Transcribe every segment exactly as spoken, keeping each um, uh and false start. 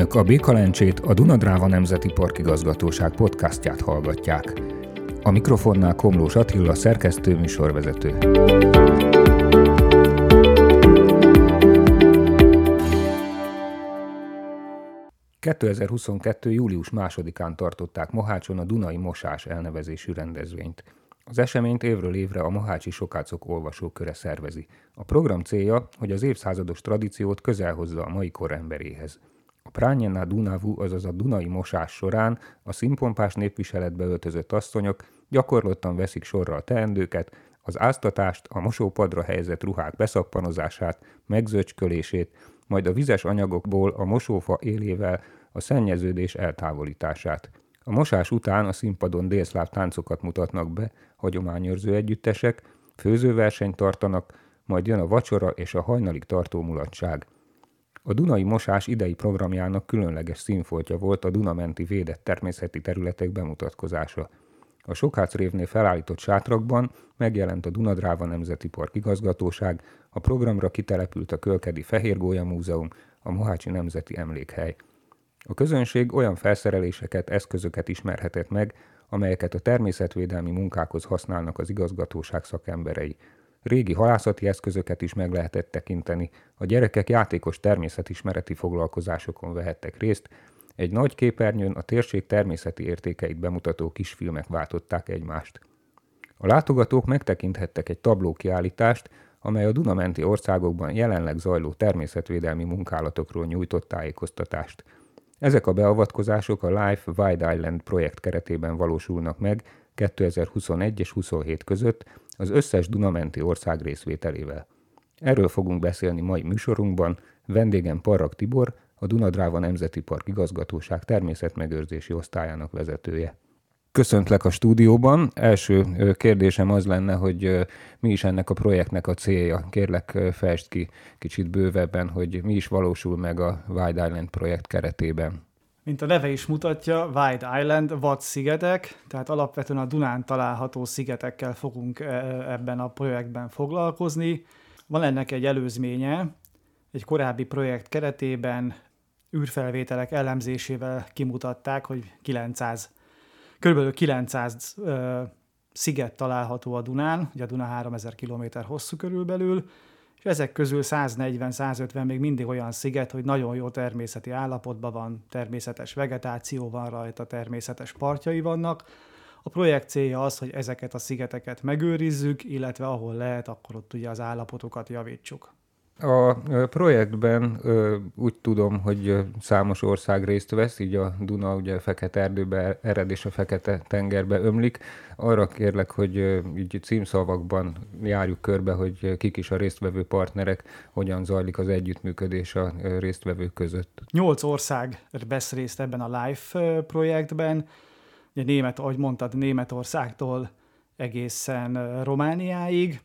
Önök a Békalencsét, a Duna-Dráva Nemzeti Park Igazgatóság podcastját hallgatják. A mikrofonnál Komlós Attila, szerkesztő, műsorvezető. kétezer-huszonkettő. július másodikán tartották Mohácson a Dunai Mosás elnevezésű rendezvényt. Az eseményt évről évre a Mohácsi Sokácok olvasóköre szervezi. A program célja, hogy az évszázados tradíciót közel hozza a mai kor emberéhez. A Prányenná Dunavu, azaz a Dunai Mosás során a színpompás népviseletbe öltözött asszonyok gyakorlottan veszik sorra a teendőket, az áztatást, a mosópadra helyezett ruhák beszappanozását, megzöcskölését, majd a vizes anyagokból a mosófa élével a szennyeződés eltávolítását. A mosás után a színpadon délszláv táncokat mutatnak be, hagyományőrző együttesek, főzőversenyt tartanak, majd jön a vacsora és a hajnalig tartó mulatság. A Dunai Mosás idei programjának különleges színfoltja volt a Duna-menti védett természeti területek bemutatkozása. A Sokácrévnél felállított sátrakban megjelent a Duna-Dráva Nemzeti Park Igazgatóság, a programra kitelepült a Kölkedi Fehérgólya Múzeum, a Mohácsi Nemzeti Emlékhely. A közönség olyan felszereléseket, eszközöket ismerhetett meg, amelyeket a természetvédelmi munkákhoz használnak az igazgatóság szakemberei. Régi halászati eszközöket is meg lehetett tekinteni, a gyerekek játékos természetismereti foglalkozásokon vehettek részt, egy nagy képernyőn a térség természeti értékeit bemutató kisfilmek váltották egymást. A látogatók megtekinthettek egy tablókiállítást, amely a Duna-menti országokban jelenleg zajló természetvédelmi munkálatokról nyújtott tájékoztatást. Ezek a beavatkozások a Life Wide Island projekt keretében valósulnak meg kétezer-huszonegy és huszonhét között az összes Duna-menti ország részvételével. Erről fogunk beszélni mai műsorunkban, vendégem Parrak Tibor, a Duna-Dráva Nemzeti Park Igazgatóság természetmegőrzési osztályának vezetője. Köszöntlek a stúdióban. Első kérdésem az lenne, hogy mi is ennek a projektnek a célja. Kérlek, fejtsd ki kicsit bővebben, hogy mi is valósul meg a Wide Island projekt keretében. Mint a neve is mutatja, Wide Island, vad szigetek, tehát alapvetően a Dunán található szigetekkel fogunk ebben a projektben foglalkozni. Van ennek egy előzménye, egy korábbi projekt keretében űrfelvételek elemzésével kimutatták, hogy kilencszáz Körülbelül kilencszáz uh, sziget található a Dunán, ugye a Duna háromezer kilométer hosszú körülbelül, és ezek közül száznegyven-százötven még mindig olyan sziget, hogy nagyon jó természeti állapotban van, természetes vegetáció van rajta, természetes partjai vannak. A projekt célja az, hogy ezeket a szigeteket megőrizzük, illetve ahol lehet, akkor ott ugye az állapotokat javítsuk. A projektben úgy tudom, hogy számos ország részt vesz, így a Duna ugye a Fekete-erdőbe ered és a Fekete-tengerbe ömlik. Arra kérlek, hogy így címszavakban járjuk körbe, hogy kik is a résztvevő partnerek, hogyan zajlik az együttműködés a résztvevők között. Nyolc ország vesz részt ebben a LIFE projektben. Ugye német, ahogy mondtad, Németországtól egészen Romániáig,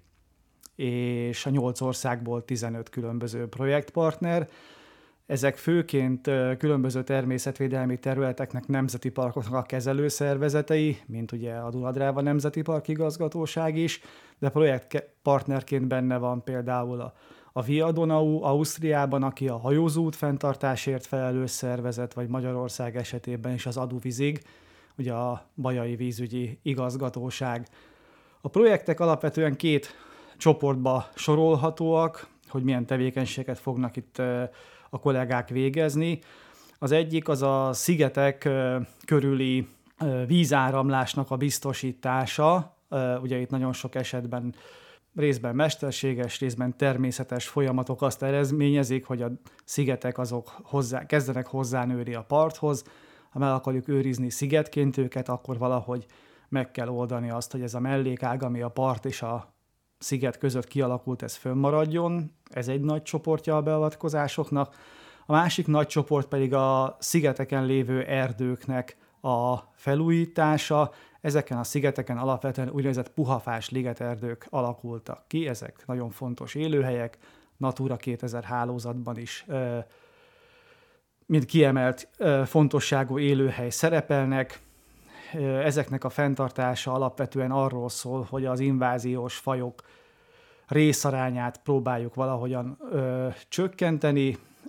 és a nyolc országból tizenöt különböző projektpartner. Ezek főként különböző természetvédelmi területeknek, nemzeti parkoknak a kezelőszervezetei, mint ugye a Duna-Dráva Nemzeti Park Igazgatóság is, de projektpartnerként benne van például a, a Via Donau Ausztriában, aki a hajózóút fenntartásért felelős szervezet, vagy Magyarország esetében is az Aduvizig, ugye a Bajai Vízügyi Igazgatóság. A projektek alapvetően két csoportba sorolhatóak, hogy milyen tevékenységet fognak itt a kollégák végezni. Az egyik az a szigetek körüli vízáramlásnak a biztosítása. Ugye itt nagyon sok esetben részben mesterséges, részben természetes folyamatok azt eredményezik, hogy a szigetek azok hozzá, kezdenek hozzánőni a parthoz. Ha meg akarjuk őrizni szigetként őket, akkor valahogy meg kell oldani azt, hogy ez a mellékág, ami a part és a sziget között kialakult, ez fönnmaradjon. Ez egy nagy csoportja a beavatkozásoknak. A másik nagy csoport pedig a szigeteken lévő erdőknek a felújítása. Ezeken a szigeteken alapvetően úgynevezett puhafás ligeterdők alakultak ki. Ezek nagyon fontos élőhelyek, Natura kétezer hálózatban is mint kiemelt fontosságú élőhely szerepelnek. Ezeknek a fenntartása alapvetően arról szól, hogy az inváziós fajok részarányát próbáljuk valahogyan ö, csökkenteni,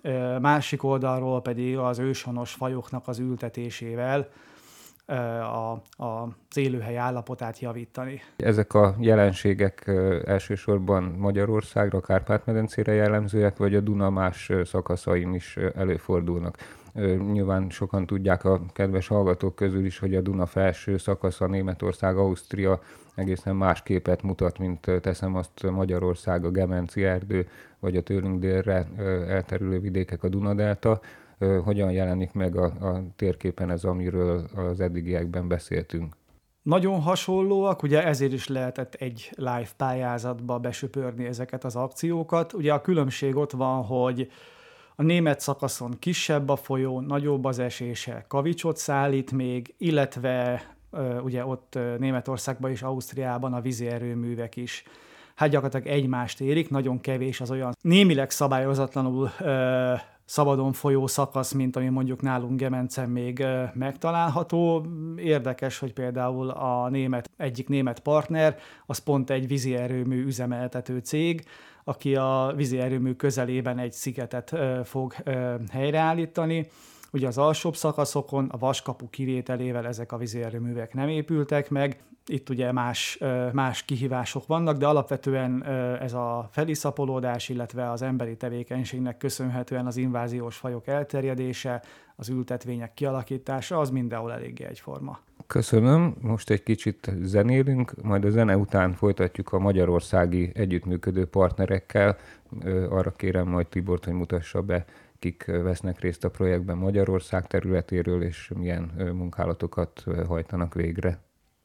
másik oldalról pedig az őshonos fajoknak az ültetésével a, a, az élőhely állapotát javítani. Ezek a jelenségek elsősorban Magyarországra, Kárpát-medencére jellemzőek, vagy a Duna más szakaszain is előfordulnak? Nyilván sokan tudják a kedves hallgatók közül is, hogy a Duna felső szakasza, Németország, Ausztria egészen más képet mutat, mint teszem azt Magyarország, a Gemenci erdő, vagy a tőlünk délre elterülő vidékek, a Dunadelta. Hogyan jelenik meg a, a térképen ez, amiről az eddigiekben beszéltünk? Nagyon hasonlóak, ugye ezért is lehetett egy live pályázatba besöpörni ezeket az akciókat. Ugye a különbség ott van, hogy a német szakaszon kisebb a folyó, nagyobb az esése, kavicsot szállít még, illetve ugye ott Németországban és Ausztriában a vízi erőművek is hát gyakorlatilag egymást érik, nagyon kevés az olyan némileg szabályozatlanul ö, szabadon folyó szakasz, mint ami mondjuk nálunk Gemencen még ö, megtalálható. Érdekes, hogy például a német, egyik német partner, az pont egy vízi erőmű üzemeltető cég, aki a vízi erőmű közelében egy szigetet ö, fog ö, helyreállítani. Ugye az alsóbb szakaszokon a Vaskapu kivételével ezek a vízi erőművek nem épültek meg. Itt ugye más, más kihívások vannak, de alapvetően ez a feliszapolódás, illetve az emberi tevékenységnek köszönhetően az inváziós fajok elterjedése, az ültetvények kialakítása, az mindenhol eléggé egyforma. Köszönöm, most egy kicsit zenélünk, majd a zene után folytatjuk a magyarországi együttműködő partnerekkel. Arra kérem majd Tibort, hogy mutassa be, kik vesznek részt a projektben Magyarország területéről, és milyen munkálatokat hajtanak végre.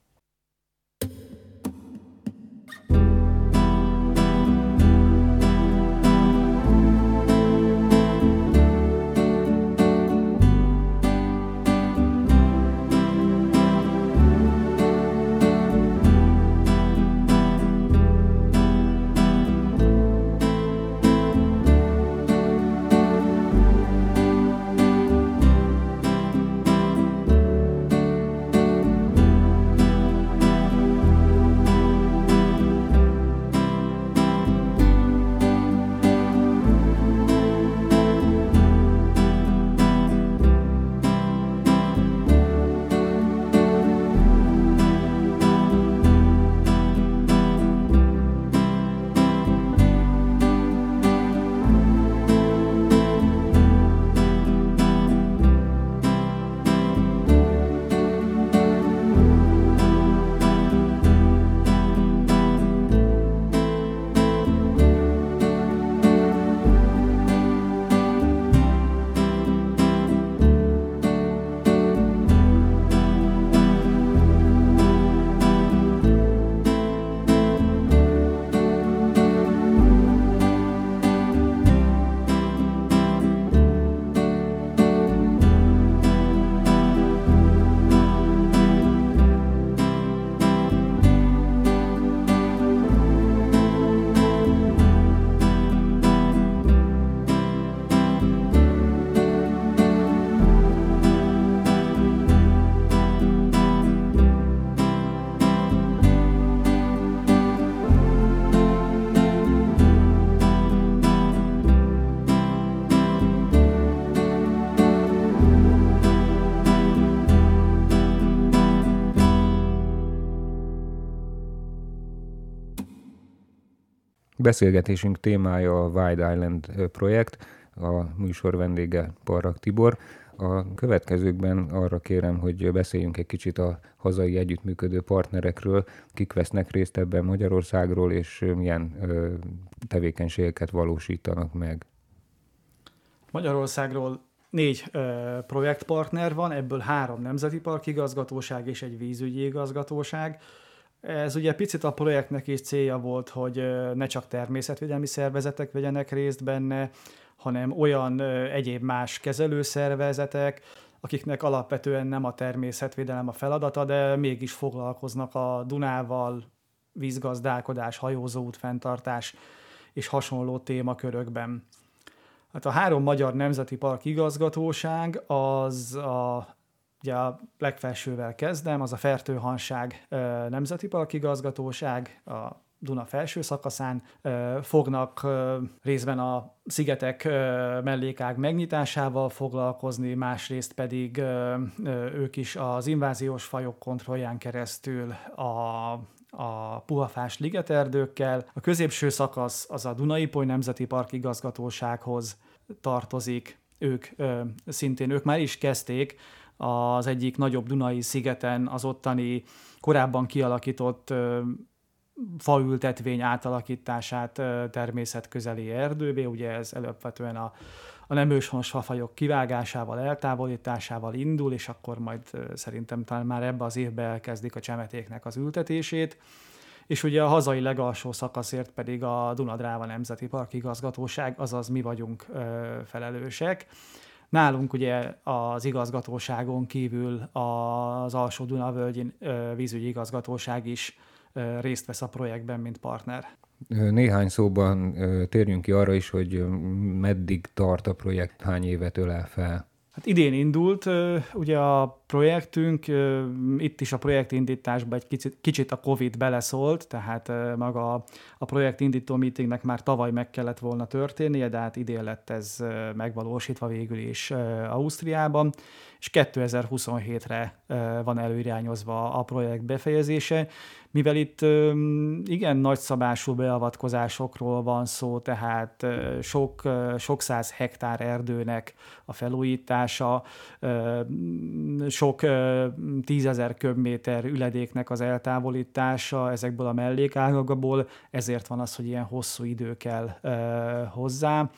Beszélgetésünk témája a Wide Island projekt, a műsor vendége Parrak Tibor. A következőkben arra kérem, hogy beszéljünk egy kicsit a hazai együttműködő partnerekről, kik vesznek részt ebben Magyarországról, és milyen ö, tevékenységeket valósítanak meg. Magyarországról négy ö, projektpartner van, ebből három nemzeti parkigazgatóság és egy vízügyi igazgatóság. Ez ugye picit a projektnek is célja volt, hogy ne csak természetvédelmi szervezetek vegyenek részt benne, hanem olyan egyéb más kezelőszervezetek, akiknek alapvetően nem a természetvédelem a feladata, de mégis foglalkoznak a Dunával, vízgazdálkodás, hajózóút fenntartás és hasonló témakörökben. Hát a három magyar nemzeti park igazgatóság az a Ugye a legfelsővel kezdem, az a Fertőhanság Nemzeti Park Igazgatóság, a Duna felső szakaszán, fognak részben a szigetek mellékág megnyitásával foglalkozni, másrészt pedig ők is az inváziós fajok kontrollján keresztül a a puhafás ligeterdőkkel. A középső szakasz az a Duna-Ipoly Nemzeti Park igazgatósághoz tartozik. Ők szintén, ők már is kezdték az egyik nagyobb dunai szigeten az ottani korábban kialakított faültetvény átalakítását természetközeli erdővé. Ugye ez alapvetően a, a nem őshonos fafajok kivágásával, eltávolításával indul, és akkor majd szerintem talán már ebbe az évben elkezdik a csemetéknek az ültetését. És ugye a hazai legalsó szakaszért pedig a Duna-Dráva Nemzeti Park igazgatóság, azaz mi vagyunk felelősek. Nálunk ugye az igazgatóságon kívül az Alsó Dunavölgyi vízügyi igazgatóság is részt vesz a projektben, mint partner. Néhány szóban térjünk ki arra is, hogy meddig tart a projekt, hány évet ölel fel. Hát idén indult ugye a projektünk, itt is a projektindításban egy kicsit, kicsit a Covid beleszólt, tehát maga a projektindító meetingnek már tavaly meg kellett volna történnie, de hát idén lett ez megvalósítva végül is Ausztriában, és kétezer-huszonhétre van előirányozva a projekt befejezése, mivel itt igen nagyszabású beavatkozásokról van szó, tehát sok, sok száz hektár erdőnek a felújítása, sok tízezer köbméter üledéknek az eltávolítása ezekből a mellékágakból, ezért van az, hogy ilyen hosszú idő kell hozzá.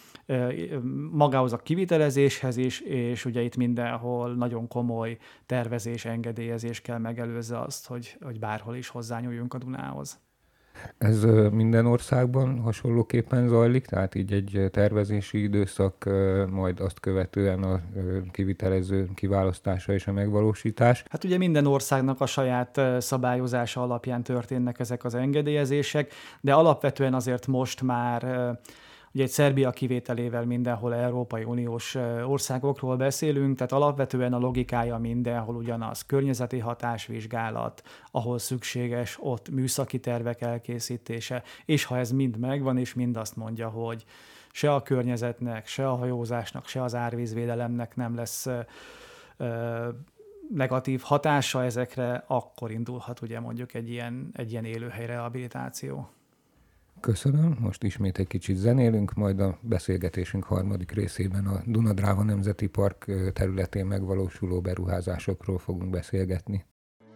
Magához a kivitelezéshez is, és ugye itt mindenhol nagyon komoly tervezés, engedélyezés kell megelőzze azt, hogy, hogy bárhol is hozzányúljunk a Dunához. Ez minden országban hasonlóképpen zajlik, tehát így egy tervezési időszak, majd azt követően a kivitelező kiválasztása és a megvalósítás? Hát ugye minden országnak a saját szabályozása alapján történnek ezek az engedélyezések, de alapvetően azért most már ugye egy Szerbia kivételével mindenhol Európai Uniós országokról beszélünk, tehát alapvetően a logikája mindenhol ugyanaz. Környezeti hatásvizsgálat, ahol szükséges, ott műszaki tervek elkészítése, és ha ez mind megvan, és mind azt mondja, hogy se a környezetnek, se a hajózásnak, se az árvízvédelemnek nem lesz ö, negatív hatása ezekre, akkor indulhat ugye mondjuk egy ilyen, egy ilyen élőhely rehabilitáció. Köszönöm. Most ismét egy kicsit zenélünk, majd a beszélgetésünk harmadik részében a Duna-Dráva Nemzeti Park területén megvalósuló beruházásokról fogunk beszélgetni.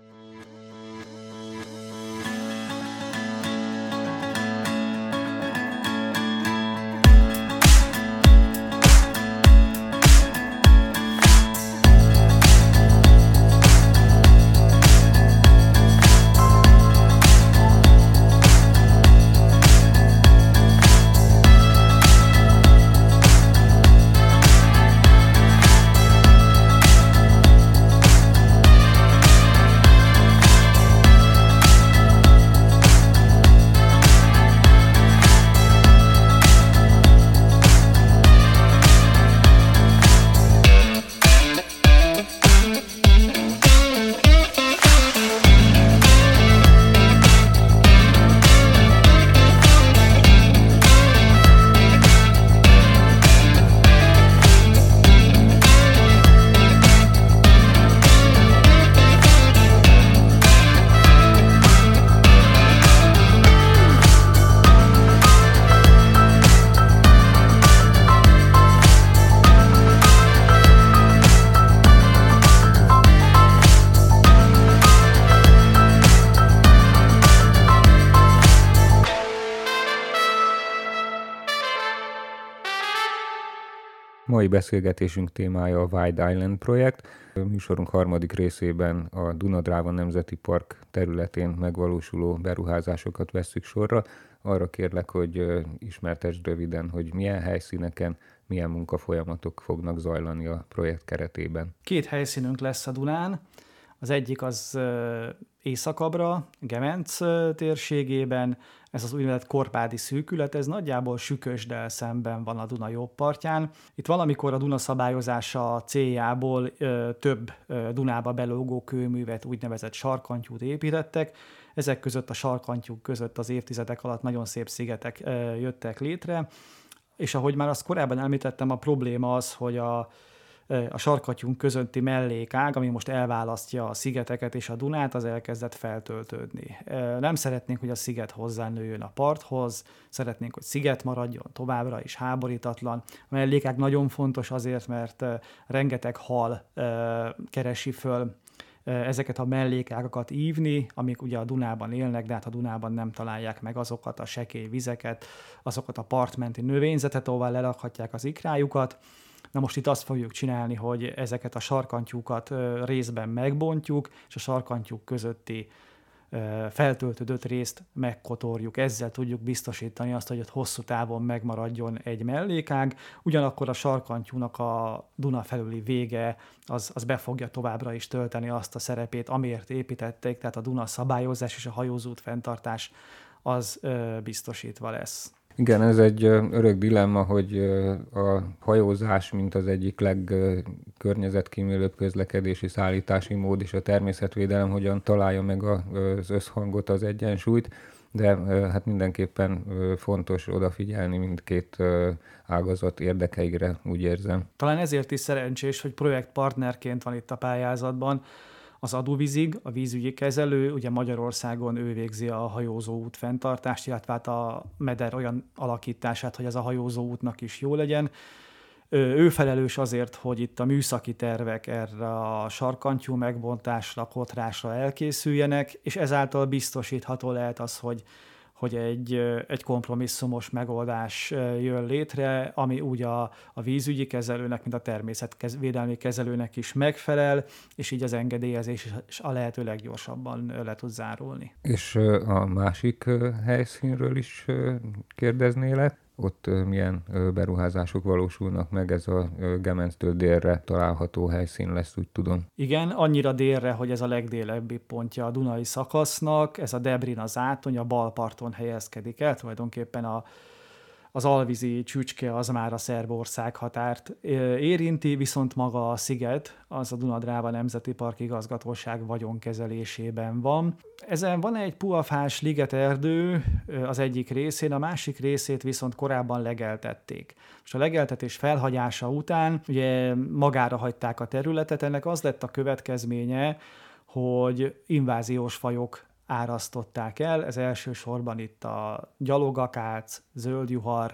Mai beszélgetésünk témája a Wide Island projekt. A műsorunk harmadik részében a Duna-Dráva Nemzeti Park területén megvalósuló beruházásokat vesszük sorra. Arra kérlek, hogy ismertesd röviden, hogy milyen helyszíneken, milyen munkafolyamatok fognak zajlani a projekt keretében. Két helyszínünk lesz a Dunán. Az egyik az északabbra, Gemenc térségében, ez az úgynevezett Korpádi szűkület, ez nagyjából Sükösddel szemben van a Duna jobb partján. Itt valamikor a Duna szabályozása céljából ö, több ö, Dunába belógó kőművet, úgynevezett sarkantyút építettek. ezek között a sarkantyúk között az évtizedek alatt nagyon szép szigetek jöttek létre, és ahogy már azt korábban említettem, a probléma az, hogy a a sarkantyúk közötti mellékág, ami most elválasztja a szigeteket és a Dunát, az elkezdett feltöltődni. Nem szeretnénk, hogy a sziget hozzánőjön a parthoz, szeretnénk, hogy sziget maradjon továbbra is háborítatlan. A mellékág nagyon fontos azért, mert rengeteg hal keresi föl ezeket a mellékágakat ívni, amik ugye a Dunában élnek, de hát a Dunában nem találják meg azokat a sekély vizeket, azokat a partmenti növényzetet, ahová lerakhatják az ikrájukat. Na most itt azt fogjuk csinálni, hogy ezeket a sarkantyúkat részben megbontjuk, és a sarkantyúk közötti feltöltődött részt megkotorjuk. Ezzel tudjuk biztosítani azt, hogy ott hosszú távon megmaradjon egy mellékág. Ugyanakkor a sarkantyúnak a Duna felüli vége az, az be fogja továbbra is tölteni azt a szerepét, amiért építették, tehát a Duna szabályozás és a hajózút fenntartás az biztosítva lesz. Igen, ez egy örök dilemma, hogy a hajózás, mint az egyik legkörnyezetkímélőbb közlekedési szállítási mód, és a természetvédelem hogyan találja meg az összhangot, az egyensúlyt, de hát mindenképpen fontos odafigyelni mindkét ágazat érdekeire, úgy érzem. Talán ezért is szerencsés, hogy projektpartnerként van itt a pályázatban az Aduvizig, a vízügyi kezelő, ugye Magyarországon ő végzi a hajózó út fenntartást, illetve hát a meder olyan alakítását, hogy ez a hajózó útnak is jó legyen. Ő felelős azért, hogy itt a műszaki tervek erre a sarkantyú megbontásra, kotrásra elkészüljenek, és ezáltal biztosítható lehet az, hogy hogy egy, egy kompromisszumos megoldás jön létre, ami úgy a, a vízügyi kezelőnek, mint a természetvédelmi kezelőnek is megfelel, és így az engedélyezés is a lehető leggyorsabban le tud zárulni. És a másik helyszínről is kérdeznél? Ott milyen beruházások valósulnak meg, ez a Gemenctől délre található helyszín lesz, úgy tudom. Igen, annyira délre, hogy ez a legdélebbi pontja a Dunai szakasznak, ez a Debrina zátony, a bal parton helyezkedik el, tulajdonképpen a az alvízi csücske az már a szerb országhatárt érinti, viszont maga a sziget, az a Duna-Dráva Nemzeti Park Igazgatóság vagyonkezelésében van. Ezen van egy puhafás ligeterdő az egyik részén, a másik részét viszont korábban legeltették. És a legeltetés felhagyása után ugye magára hagyták a területet, ennek az lett a következménye, hogy inváziós fajok árasztották el, ez elsősorban itt a gyalogakác, zöldjuhar,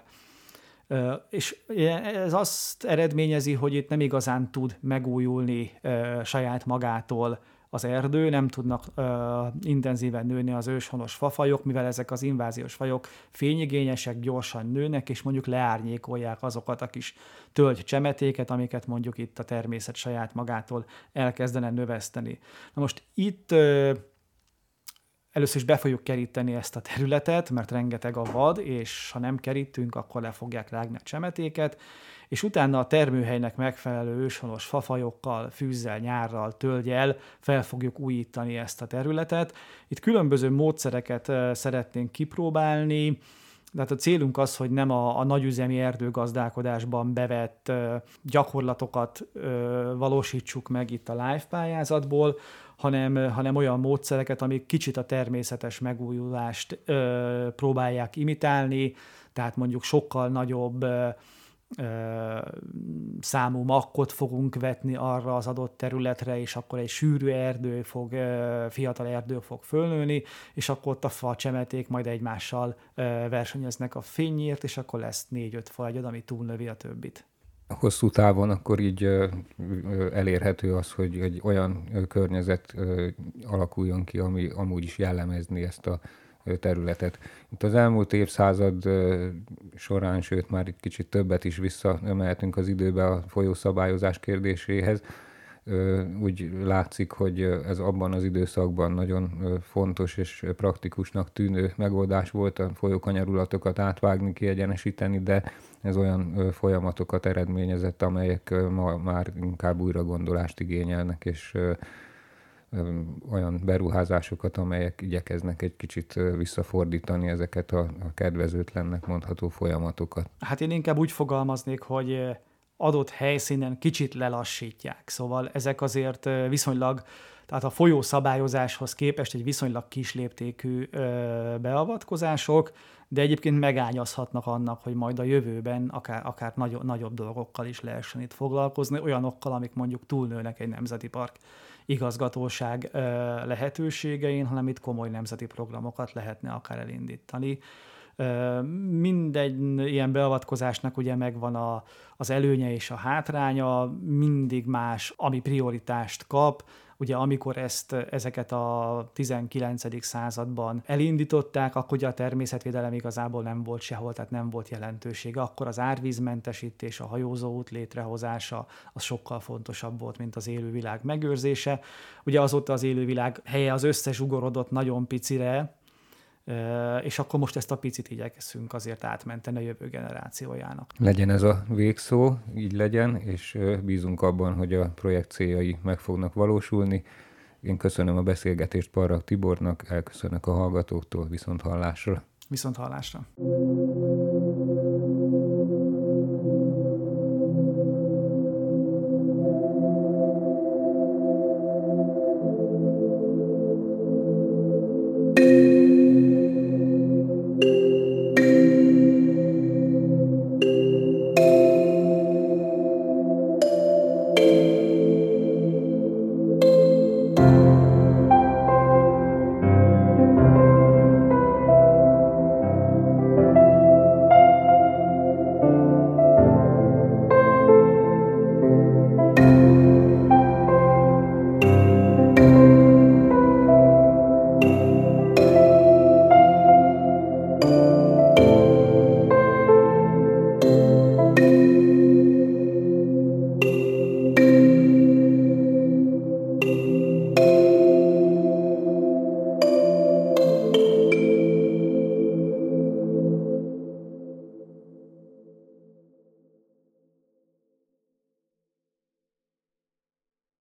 és ez azt eredményezi, hogy itt nem igazán tud megújulni saját magától az erdő, nem tudnak intenzíven nőni az őshonos fafajok, mivel ezek az inváziós fajok fényigényesek, gyorsan nőnek, és mondjuk leárnyékolják azokat a kis tölgycsemetéket, amiket mondjuk itt a természet saját magától elkezdene növeszteni. Na most itt először is be fogjuk keríteni ezt a területet, mert rengeteg a vad, és ha nem kerítünk, akkor le fogják rágni a csemetéket, és utána a termőhelynek megfelelő őshonos fafajokkal, fűzzel, nyárral, tölgyel fel fogjuk újítani ezt a területet. Itt különböző módszereket szeretnénk kipróbálni, de hát a célunk az, hogy nem a, a nagyüzemi erdőgazdálkodásban bevett ö, gyakorlatokat ö, valósítsuk meg itt a live pályázatból, hanem, hanem olyan módszereket, amik kicsit a természetes megújulást ö, próbálják imitálni, tehát mondjuk sokkal nagyobb ö, ö, számú makkot fogunk vetni arra az adott területre, és akkor egy sűrű erdő fog, ö, fiatal erdő fog fölnőni, és akkor ott a fa csemeték majd egymással ö, versenyeznek a fényért, és akkor lesz négy-öt fagyad, ami túlnövi a többit. Hosszú távon akkor így elérhető az, hogy egy olyan környezet alakuljon ki, ami amúgy is jellemezni ezt a területet. Itt az elmúlt évszázad során, sőt már itt kicsit többet is visszamehetünk az időbe a folyószabályozás kérdéséhez. Úgy látszik, hogy ez abban az időszakban nagyon fontos és praktikusnak tűnő megoldás volt a folyókanyarulatokat átvágni, kiegyenesíteni, de ez olyan folyamatokat eredményezett, amelyek ma már inkább újragondolást igényelnek, és olyan beruházásokat, amelyek igyekeznek egy kicsit visszafordítani ezeket a kedvezőtlennek mondható folyamatokat. Hát én inkább úgy fogalmaznék, hogy adott helyszínen kicsit lelassítják. Szóval ezek azért viszonylag Tehát a folyószabályozáshoz képest egy viszonylag kisléptékű beavatkozások, de egyébként megányazhatnak annak, hogy majd a jövőben akár, akár nagyobb, nagyobb dolgokkal is lehessen itt foglalkozni, olyanokkal, amik mondjuk túlnőnek egy nemzeti park igazgatóság lehetőségein, hanem itt komoly nemzeti programokat lehetne akár elindítani. Mindegy ilyen beavatkozásnak ugye megvan a, az előnye és a hátránya, mindig más, ami prioritást kap. Ugye amikor ezt, ezeket a tizenkilencedik században elindították, akkor ugye a természetvédelem igazából nem volt sehol, tehát nem volt jelentősége. Akkor az árvízmentesítés, a hajózóút létrehozása az sokkal fontosabb volt, mint az élővilág megőrzése. Ugye azóta az élővilág helye az összezsugorodott nagyon picire, és akkor most ezt a picit igyekszünk azért átmenteni a jövő generációjának. Legyen ez a végszó, így legyen, és bízunk abban, hogy a projekt céljai meg fognak valósulni. Én köszönöm a beszélgetést Parrak Tibornak, elköszönök a hallgatóktól, viszont hallásra. Viszont hallásra.